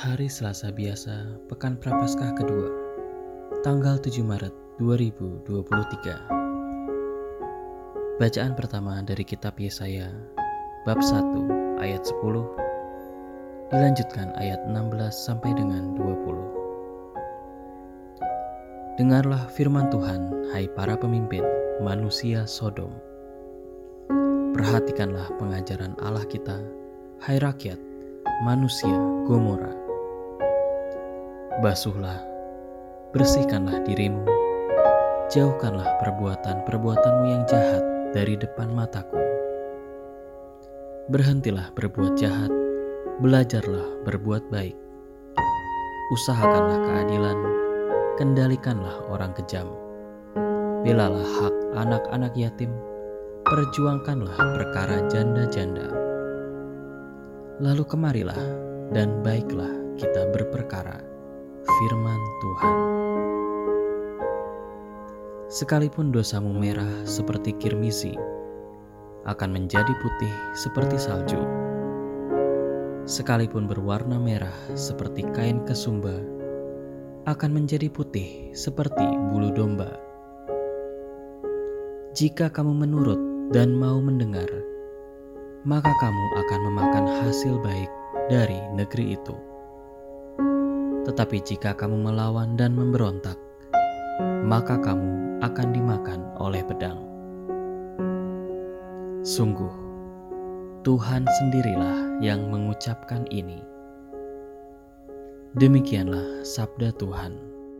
Hari Selasa biasa, Pekan Prapaskah kedua, tanggal 7 Maret 2023. Bacaan pertama dari kitab Yesaya, bab 1 ayat 10, dilanjutkan ayat 16 sampai dengan 20. Dengarlah firman Tuhan, hai para pemimpin manusia Sodom. Perhatikanlah pengajaran Allah kita, hai rakyat manusia Gomora. Basuhlah, bersihkanlah dirimu, jauhkanlah perbuatan-perbuatanmu yang jahat dari depan mataku. Berhentilah berbuat jahat, belajarlah berbuat baik. Usahakanlah keadilan, kendalikanlah orang kejam. Belalah hak anak-anak yatim, perjuangkanlah perkara janda-janda. Lalu kemarilah dan baiklah kita berperkara, firman Tuhan. Sekalipun dosamu merah seperti kirmisi, akan menjadi putih seperti salju. Sekalipun berwarna merah seperti kain kesumba, akan menjadi putih seperti bulu domba. Jika kamu menurut dan mau mendengar, maka kamu akan memakan hasil baik dari negeri itu. Tetapi jika kamu melawan dan memberontak, maka kamu akan dimakan oleh pedang. Sungguh, Tuhan sendirilah yang mengucapkan ini. Demikianlah sabda Tuhan.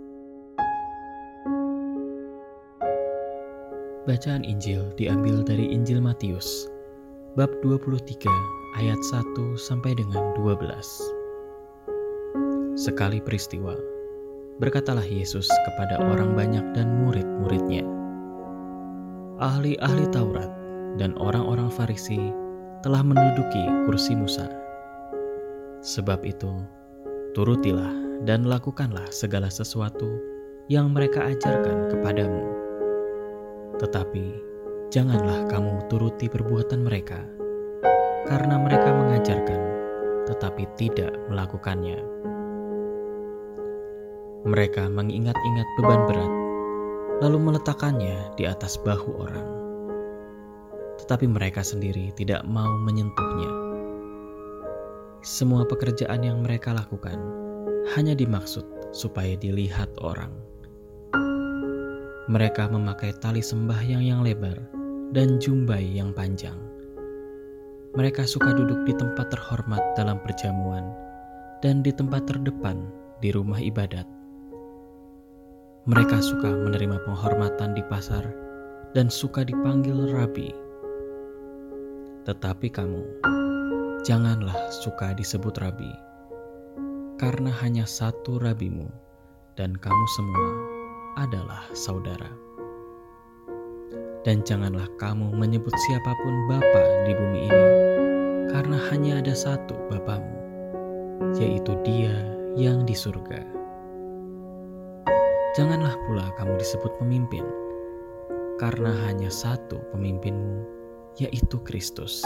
Bacaan Injil diambil dari Injil Matius, bab 23 ayat 1 sampai dengan 12. Sekali peristiwa, berkatalah Yesus kepada orang banyak dan murid-muridnya, ahli-ahli Taurat dan orang-orang Farisi telah menduduki kursi Musa. Sebab itu, turutilah dan lakukanlah segala sesuatu yang mereka ajarkan kepadamu. Tetapi janganlah kamu turuti perbuatan mereka, karena mereka mengajarkan tetapi tidak melakukannya. Mereka mengingat-ingat beban berat, lalu meletakkannya di atas bahu orang. Tetapi mereka sendiri tidak mau menyentuhnya. Semua pekerjaan yang mereka lakukan hanya dimaksud supaya dilihat orang. Mereka memakai tali sembahyang yang lebar dan jumbai yang panjang. Mereka suka duduk di tempat terhormat dalam perjamuan dan di tempat terdepan di rumah ibadat. Mereka suka menerima penghormatan di pasar dan suka dipanggil rabi. Tetapi kamu, janganlah suka disebut rabi, karena hanya satu rabimu, dan kamu semua adalah saudara. Dan janganlah kamu menyebut siapapun bapa di bumi ini, karena hanya ada satu Bapamu, yaitu Dia yang di surga. Janganlah pula kamu disebut pemimpin, karena hanya satu pemimpinmu, yaitu Kristus.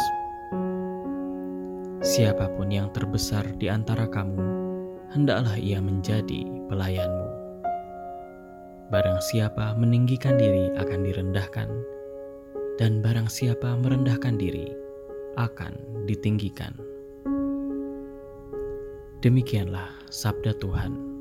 Siapapun yang terbesar di antara kamu, hendaklah ia menjadi pelayanmu. Barang siapa meninggikan diri akan direndahkan, dan barang siapa merendahkan diri akan ditinggikan. Demikianlah sabda Tuhan.